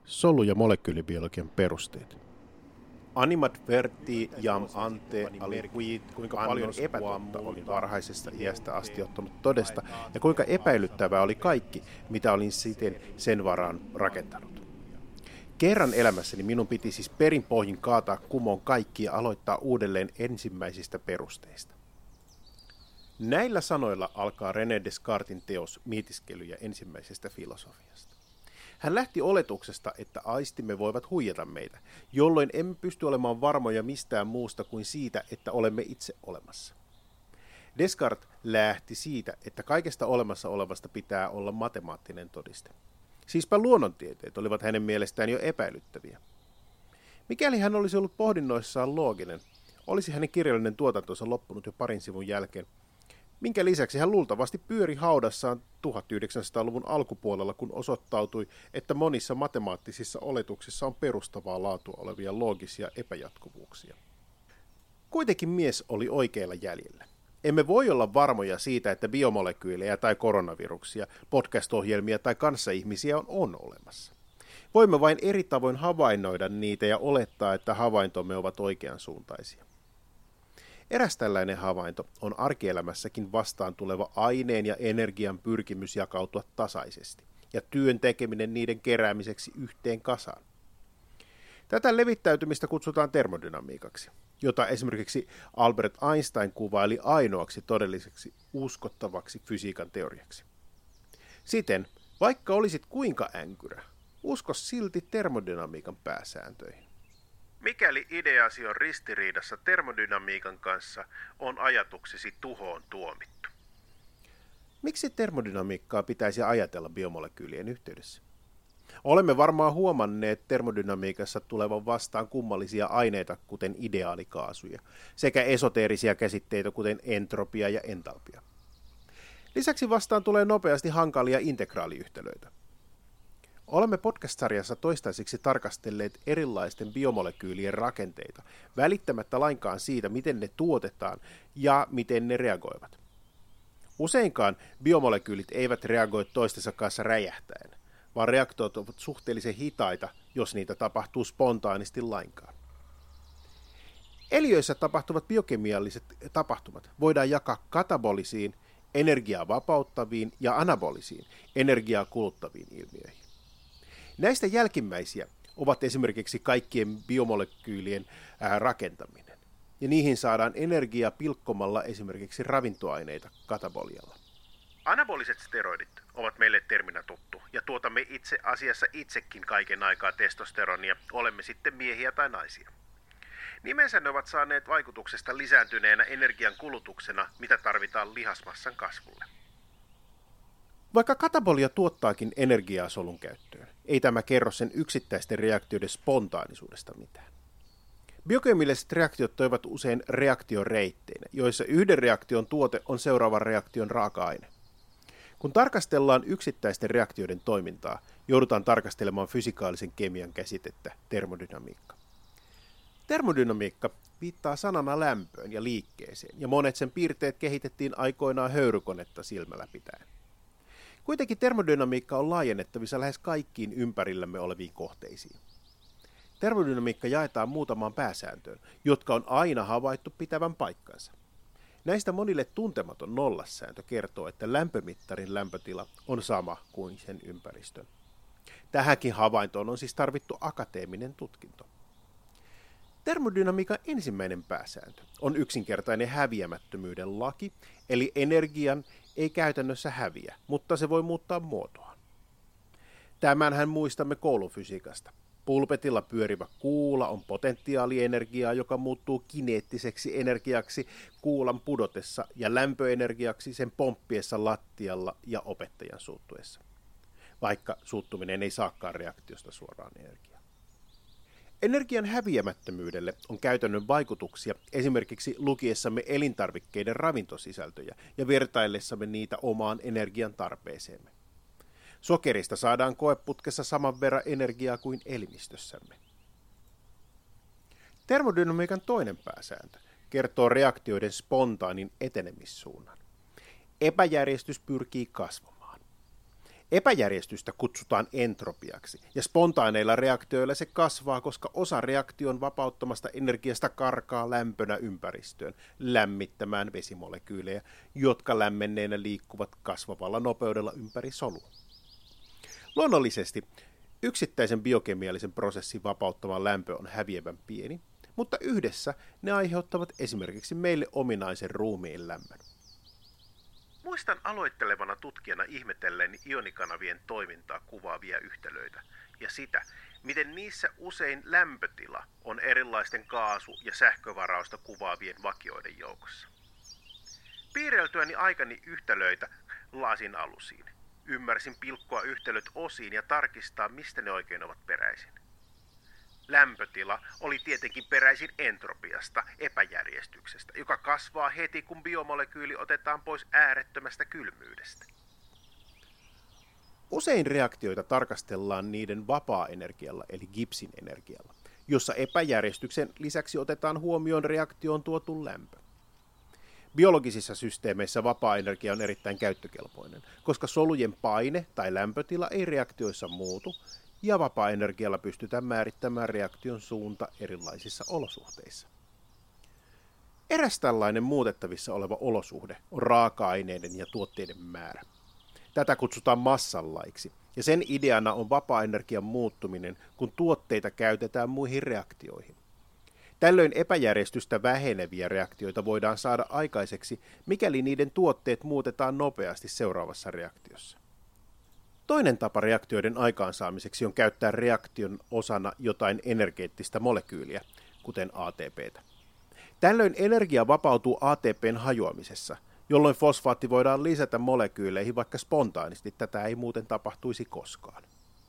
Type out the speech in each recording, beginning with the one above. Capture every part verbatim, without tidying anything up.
Solu- ja molekyylibiologian perusteet. Animat verti jam ante aliquid, kuinka paljon epätotta olin varhaisesta iästä asti ottanut todesta, ja kuinka epäilyttävää oli kaikki, mitä olin siten sen varaan rakentanut. Kerran elämässäni minun piti siis perinpohjin kaataa kumoon kaikki ja aloittaa uudelleen ensimmäisistä perusteista. Näillä sanoilla alkaa René Descartesin teos Mietiskelyjä ensimmäisestä filosofiasta. Hän lähti oletuksesta, että aistimme voivat huijata meitä, jolloin emme pysty olemaan varmoja mistään muusta kuin siitä, että olemme itse olemassa. Descartes lähti siitä, että kaikesta olemassa olevasta pitää olla matemaattinen todiste. Siispä luonnontieteet olivat hänen mielestään jo epäilyttäviä. Mikäli hän olisi ollut pohdinnoissaan looginen, olisi hänen kirjallinen tuotantonsa loppunut jo parin sivun jälkeen, minkä lisäksi hän luultavasti pyöri haudassaan tuhatyhdeksänsataaluvun alkupuolella, kun osoittautui, että monissa matemaattisissa oletuksissa on perustavaa laatua olevia loogisia epäjatkuvuuksia. Kuitenkin mies oli oikeilla jäljellä. Emme voi olla varmoja siitä, että biomolekyylejä tai koronaviruksia, podcast-ohjelmia tai kanssaihmisiä on, on olemassa. Voimme vain eri tavoin havainnoida niitä ja olettaa, että havaintomme ovat oikeansuuntaisia. Eräs tällainen havainto on arkielämässäkin vastaan tuleva aineen ja energian pyrkimys jakautua tasaisesti ja työn tekeminen niiden keräämiseksi yhteen kasaan. Tätä levittäytymistä kutsutaan termodynamiikaksi, jota esimerkiksi Albert Einstein kuvaili ainoaksi todelliseksi uskottavaksi fysiikan teoriaksi. Siten, vaikka olisit kuinka änkyrä, usko silti termodynamiikan pääsääntöihin. Mikäli ideasi on ristiriidassa termodynamiikan kanssa, on ajatuksesi tuhoon tuomittu. Miksi termodynamiikkaa pitäisi ajatella biomolekyylien yhteydessä? Olemme varmaan huomanneet termodynamiikassa tulevan vastaan kummallisia aineita, kuten ideaalikaasuja, sekä esoteerisia käsitteitä, kuten entropia ja entalpia. Lisäksi vastaan tulee nopeasti hankalia integraaliyhtälöitä. Olemme podcast-sarjassa toistaiseksi tarkastelleet erilaisten biomolekyylien rakenteita, välittämättä lainkaan siitä, miten ne tuotetaan ja miten ne reagoivat. Useinkaan biomolekyylit eivät reagoi toistensa kanssa räjähtäen, vaan reaktiot ovat suhteellisen hitaita, jos niitä tapahtuu spontaanisti lainkaan. Eliöissä tapahtuvat biokemialliset tapahtumat voidaan jakaa katabolisiin, energiaa vapauttaviin ja anabolisiin, energiaa kuluttaviin ilmiöihin. Näistä jälkimmäisiä ovat esimerkiksi kaikkien biomolekyylien rakentaminen, ja niihin saadaan energiaa pilkkomalla esimerkiksi ravintoaineita katabolialla. Anaboliset steroidit ovat meille terminä tuttu, ja tuotamme itse asiassa itsekin kaiken aikaa testosteronia, olemme sitten miehiä tai naisia. Nimensä ne ovat saaneet vaikutuksesta lisääntyneenä energian kulutuksena, mitä tarvitaan lihasmassan kasvulle. Vaikka katabolia tuottaakin energiaa solun käyttöön, ei tämä kerro sen yksittäisten reaktioiden spontaanisuudesta mitään. Biokemialliset reaktiot toivat usein reaktioreitteinä, joissa yhden reaktion tuote on seuraavan reaktion raaka-aine. Kun tarkastellaan yksittäisten reaktioiden toimintaa, joudutaan tarkastelemaan fysikaalisen kemian käsitettä termodynamiikka. Termodynamiikka viittaa sanana lämpöön ja liikkeeseen, ja monet sen piirteet kehitettiin aikoinaan höyrykonetta silmällä pitäen. Kuitenkin termodynamiikka on laajennettavissa lähes kaikkiin ympärillämme oleviin kohteisiin. Termodynamiikka jaetaan muutamaan pääsääntöön, jotka on aina havaittu pitävän paikkansa. Näistä monille tuntematon nollassääntö kertoo, että lämpömittarin lämpötila on sama kuin sen ympäristön. Tähänkin havaintoon on siis tarvittu akateeminen tutkinto. Termodynamiikan ensimmäinen pääsääntö on yksinkertainen häviämättömyyden laki, eli energian ei käytännössä häviä, mutta se voi muuttaa muotoaan. Tämänhän muistamme koulufysiikasta. Pulpetilla pyörivä kuula on potentiaalienergiaa, joka muuttuu kineettiseksi energiaksi kuulan pudotessa ja lämpöenergiaksi sen pomppiessa lattialla ja opettajan suuttuessa, vaikka suuttuminen ei saakaan reaktiosta suoraan energiaa. Energian häviämättömyydelle on käytännön vaikutuksia esimerkiksi lukiessamme elintarvikkeiden ravintosisältöjä ja vertaillessamme niitä omaan energian tarpeeseemme. Sokerista saadaan koeputkessa saman verran energiaa kuin elimistössämme. Termodynamiikan toinen pääsääntö kertoo reaktioiden spontaanin etenemissuunnan. Epäjärjestys pyrkii kasvamaan. Epäjärjestystä kutsutaan entropiaksi, ja spontaaneilla reaktioilla se kasvaa, koska osa reaktion vapauttamasta energiasta karkaa lämpönä ympäristöön, lämmittämään vesimolekyylejä, jotka lämmenneenä liikkuvat kasvavalla nopeudella ympäri solua. Luonnollisesti yksittäisen biokemiallisen prosessin vapauttama lämpö on häviävän pieni, mutta yhdessä ne aiheuttavat esimerkiksi meille ominaisen ruumiin lämmön. Muistan aloittelevana tutkijana ihmetelleeni ionikanavien toimintaa kuvaavia yhtälöitä ja sitä, miten niissä usein lämpötila on erilaisten kaasu- ja sähkövarausta kuvaavien vakioiden joukossa. Piirreltyäni aikani yhtälöitä lasin alusiin. Ymmärsin pilkkoa yhtälöt osiin ja tarkistaa, mistä ne oikein ovat peräisin. Lämpötila oli tietenkin peräisin entropiasta, epäjärjestyksestä, joka kasvaa heti, kun biomolekyyli otetaan pois äärettömästä kylmyydestä. Usein reaktioita tarkastellaan niiden vapaa-energialla eli Gibbsin energialla, jossa epäjärjestyksen lisäksi otetaan huomioon reaktioon tuotu lämpö. Biologisissa systeemeissä vapaa-energia on erittäin käyttökelpoinen, koska solujen paine tai lämpötila ei reaktioissa muutu, ja vapaa-energialla pystytään määrittämään reaktion suunta erilaisissa olosuhteissa. Eräs tällainen muutettavissa oleva olosuhde on raaka-aineiden ja tuotteiden määrä. Tätä kutsutaan massanlaiksi, ja sen ideana on vapaa-energian muuttuminen, kun tuotteita käytetään muihin reaktioihin. Tällöin epäjärjestystä väheneviä reaktioita voidaan saada aikaiseksi, mikäli niiden tuotteet muutetaan nopeasti seuraavassa reaktiossa. Toinen tapa reaktioiden aikaansaamiseksi on käyttää reaktion osana jotain energeettistä molekyyliä, kuten A T P:tä. Tällöin energia vapautuu A T P:n hajoamisessa, jolloin fosfaatti voidaan lisätä molekyyleihin, vaikka spontaanisti tätä ei muuten tapahtuisi koskaan.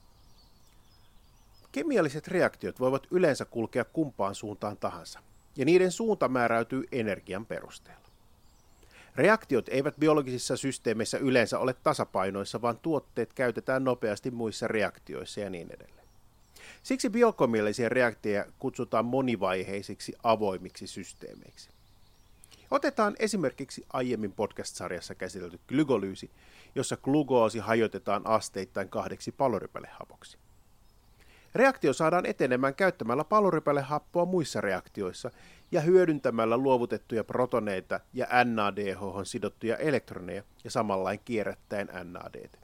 Kemialliset reaktiot voivat yleensä kulkea kumpaan suuntaan tahansa, ja niiden suunta määräytyy energian perusteella. Reaktiot eivät biologisissa systeemeissä yleensä ole tasapainoissa, vaan tuotteet käytetään nopeasti muissa reaktioissa ja niin edelleen. Siksi biokemiallisia reaktioita kutsutaan monivaiheisiksi avoimiksi systeemeiksi. Otetaan esimerkiksi aiemmin podcast-sarjassa käsitelty glykolyysi, jossa glukoosi hajotetaan asteittain kahdeksi palorypälehapoksi. Reaktio saadaan etenemään käyttämällä palorypälehappoa muissa reaktioissa ja hyödyntämällä luovutettuja protoneita ja N A D H:hon sidottuja elektroneja ja samanlain kierrättäen N A D:tä.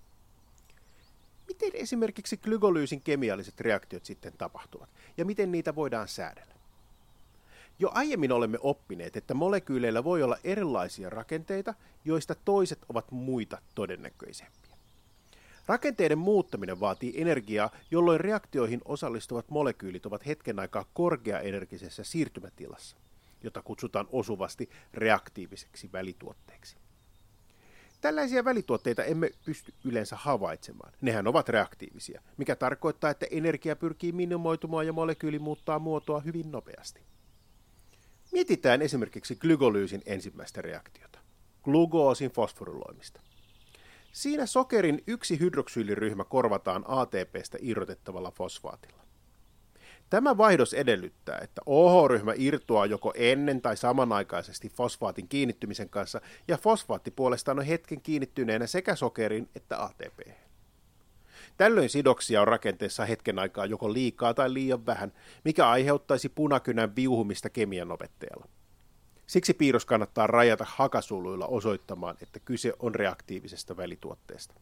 Miten esimerkiksi glykolyysin kemialliset reaktiot sitten tapahtuvat ja miten niitä voidaan säädellä? Jo aiemmin olemme oppineet, että molekyyleillä voi olla erilaisia rakenteita, joista toiset ovat muita todennäköisempiä. Rakenteiden muuttaminen vaatii energiaa, jolloin reaktioihin osallistuvat molekyylit ovat hetken aikaa korkeaenergisessä siirtymätilassa, jota kutsutaan osuvasti reaktiiviseksi välituotteeksi. Tällaisia välituotteita emme pysty yleensä havaitsemaan. Nehän ovat reaktiivisia, mikä tarkoittaa, että energia pyrkii minimoitumaan ja molekyyli muuttaa muotoa hyvin nopeasti. Mietitään esimerkiksi glykolyysin ensimmäistä reaktiota, glukoosin fosforyloimista. Siinä sokerin yksi hydroksyyliryhmä korvataan A T P:stä irrotettavalla fosfaatilla. Tämä vaihdos edellyttää, että O H-ryhmä irtoaa joko ennen tai samanaikaisesti fosfaatin kiinnittymisen kanssa, ja fosfaatti puolestaan on hetken kiinnittyneenä sekä sokeriin että A T P:hen. Tällöin sidoksia on rakenteessa hetken aikaa joko liikaa tai liian vähän, mikä aiheuttaisi punakynän viuhumista kemian opettajalla. Siksi piirros kannattaa rajata hakasuluilla osoittamaan, että kyse on reaktiivisesta välituotteesta.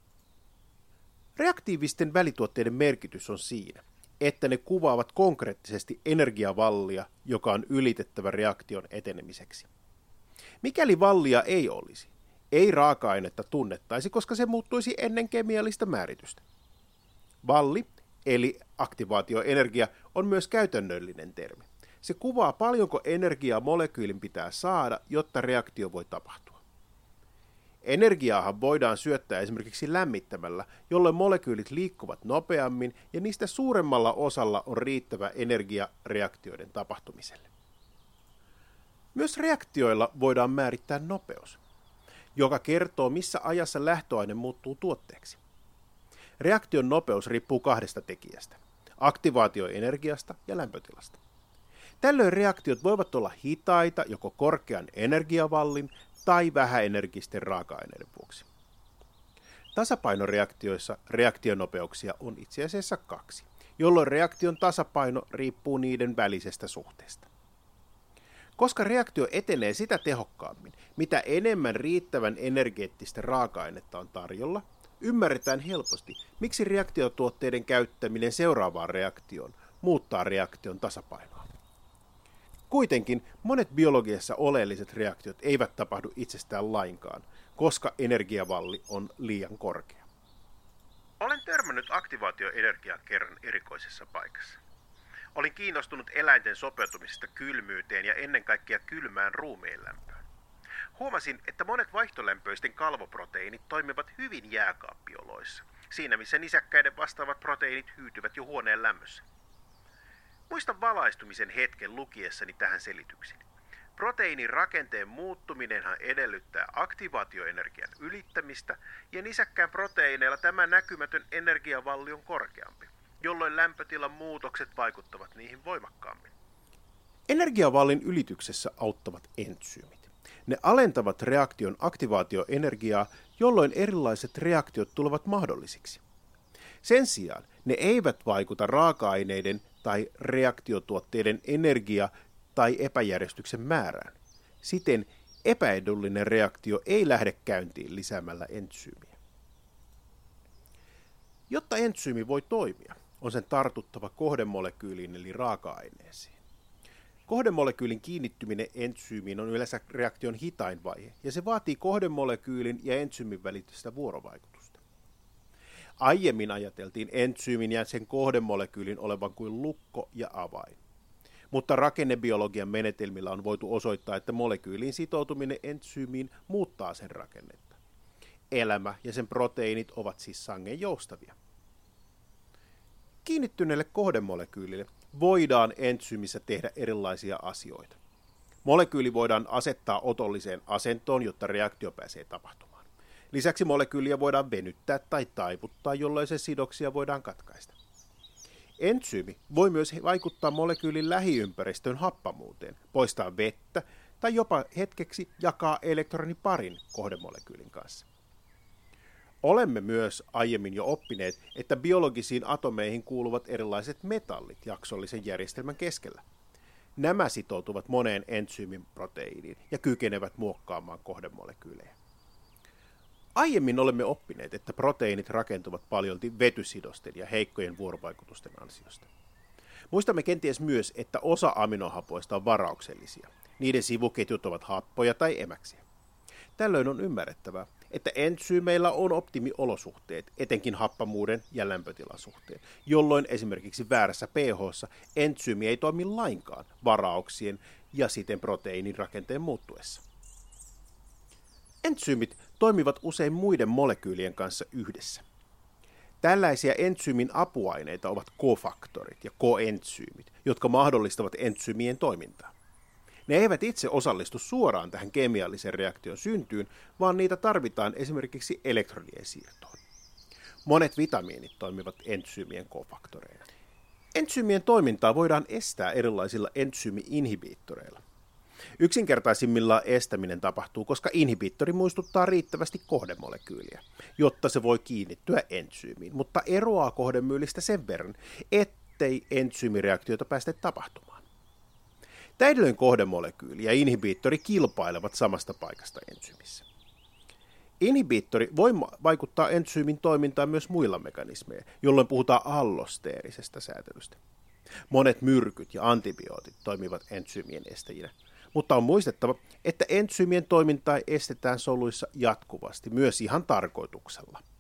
Reaktiivisten välituotteiden merkitys on siinä, että ne kuvaavat konkreettisesti energiavallia, joka on ylitettävä reaktion etenemiseksi. Mikäli vallia ei olisi, ei raaka-ainetta tunnettaisi, koska se muuttuisi ennen kemiallista määritystä. Valli, eli aktivaatioenergia, on myös käytännöllinen termi. Se kuvaa, paljonko energiaa molekyylin pitää saada, jotta reaktio voi tapahtua. Energiaahan voidaan syöttää esimerkiksi lämmittämällä, jolloin molekyylit liikkuvat nopeammin ja niistä suuremmalla osalla on riittävä energia reaktioiden tapahtumiselle. Myös reaktioilla voidaan määrittää nopeus, joka kertoo, missä ajassa lähtöaine muuttuu tuotteeksi. Reaktion nopeus riippuu kahdesta tekijästä, aktivaatioenergiasta ja lämpötilasta. Tällöin reaktiot voivat olla hitaita joko korkean energiavallin tai vähäenergisten raaka-aineiden vuoksi. Tasapainoreaktioissa reaktionopeuksia on itse asiassa kaksi, jolloin reaktion tasapaino riippuu niiden välisestä suhteesta. Koska reaktio etenee sitä tehokkaammin, mitä enemmän riittävän energeettistä raaka-ainetta on tarjolla, ymmärretään helposti, miksi reaktiotuotteiden käyttäminen seuraavaan reaktioon muuttaa reaktion tasapainoa. Kuitenkin monet biologiassa oleelliset reaktiot eivät tapahdu itsestään lainkaan, koska energiavalli on liian korkea. Olen törmännyt aktivaatioenergiaan kerran erikoisessa paikassa. Olin kiinnostunut eläinten sopeutumisesta kylmyyteen ja ennen kaikkea kylmään ruumeenlämpöön. Huomasin, että monet vaihtolämpöisten kalvoproteiinit toimivat hyvin jääkaappioloissa, siinä missä nisäkkäiden vastaavat proteiinit hyytyvät jo huoneen lämmössä. Muistan valaistumisen hetken lukiessani tähän selityksen. Proteiinin rakenteen muuttuminenhan edellyttää aktivaatioenergian ylittämistä, ja nisäkkään proteiineilla tämä näkymätön energiavalli on korkeampi, jolloin lämpötilan muutokset vaikuttavat niihin voimakkaammin. Energiavallin ylityksessä auttavat entsyymit. Ne alentavat reaktion aktivaatioenergiaa, jolloin erilaiset reaktiot tulevat mahdollisiksi. Sen sijaan ne eivät vaikuta raaka-aineiden tai reaktiotuotteiden energia- tai epäjärjestyksen määrään. Siten epäedullinen reaktio ei lähde käyntiin lisäämällä entsyymiä. Jotta entsyymi voi toimia, on sen tartuttava kohdemolekyyliin eli raaka-aineeseen. Kohdemolekyylin kiinnittyminen entsyymiin on yleensä reaktion hitain vaihe, ja se vaatii kohdemolekyylin ja entsyymin välistä vuorovaikutusta. Aiemmin ajateltiin entsyymin ja sen kohdemolekyylin olevan kuin lukko ja avain. Mutta rakennebiologian menetelmillä on voitu osoittaa, että molekyyliin sitoutuminen entsyymiin muuttaa sen rakennetta. Elämä ja sen proteiinit ovat siis sangen joustavia. Kiinnittyneelle kohdemolekyylille voidaan entsyymissä tehdä erilaisia asioita. Molekyyli voidaan asettaa otolliseen asentoon, jotta reaktio pääsee tapahtumaan. Lisäksi molekyyliä voidaan venyttää tai taivuttaa, jolloin sen sidoksia voidaan katkaista. Entsyymi voi myös vaikuttaa molekyylin lähiympäristön happamuuteen, poistaa vettä tai jopa hetkeksi jakaa elektroniparin kohdemolekyylin kanssa. Olemme myös aiemmin jo oppineet, että biologisiin atomeihin kuuluvat erilaiset metallit jaksollisen järjestelmän keskellä. Nämä sitoutuvat moneen entsyymin proteiiniin ja kykenevät muokkaamaan kohdemolekyylejä. Aiemmin olemme oppineet, että proteiinit rakentuvat paljolti vetysidosten ja heikkojen vuorovaikutusten ansiosta. Muistamme kenties myös, että osa aminohapoista on varauksellisia. Niiden sivuketjut ovat happoja tai emäksiä. Tällöin on ymmärrettävää, että entsyymeillä on optimiolosuhteet, etenkin happamuuden ja lämpötilan suhteen, jolloin esimerkiksi väärässä pH:ssa entsyymi ei toimi lainkaan varauksien ja siten proteiinin rakenteen muuttuessa. Entsyymit toimivat usein muiden molekyylien kanssa yhdessä. Tällaisia entsyymin apuaineita ovat kofaktorit ja koentsyymit, jotka mahdollistavat entsyymien toimintaa. Ne eivät itse osallistu suoraan tähän kemiallisen reaktion syntyyn, vaan niitä tarvitaan esimerkiksi elektronien siirtoon. Monet vitamiinit toimivat entsyymien kofaktoreina. Entsyymien toimintaa voidaan estää erilaisilla entsyymi-inhibiittoreilla. Yksinkertaisimmillaan estäminen tapahtuu, koska inhibiittori muistuttaa riittävästi kohdemolekyyliä, jotta se voi kiinnittyä entsyymiin, mutta eroaa kohdemolekyylistä sen verran, ettei entsyymireaktiota päästä tapahtumaan. Täydellinen kohdemolekyyli ja inhibiittori kilpailevat samasta paikasta entsyymissä. Inhibiittori voi vaikuttaa entsyymin toimintaan myös muilla mekanismeilla, jolloin puhutaan allosteerisesta säätelystä. Monet myrkyt ja antibiootit toimivat entsyymien estäjinä, mutta on muistettava, että entsyymien toimintaa estetään soluissa jatkuvasti, myös ihan tarkoituksella.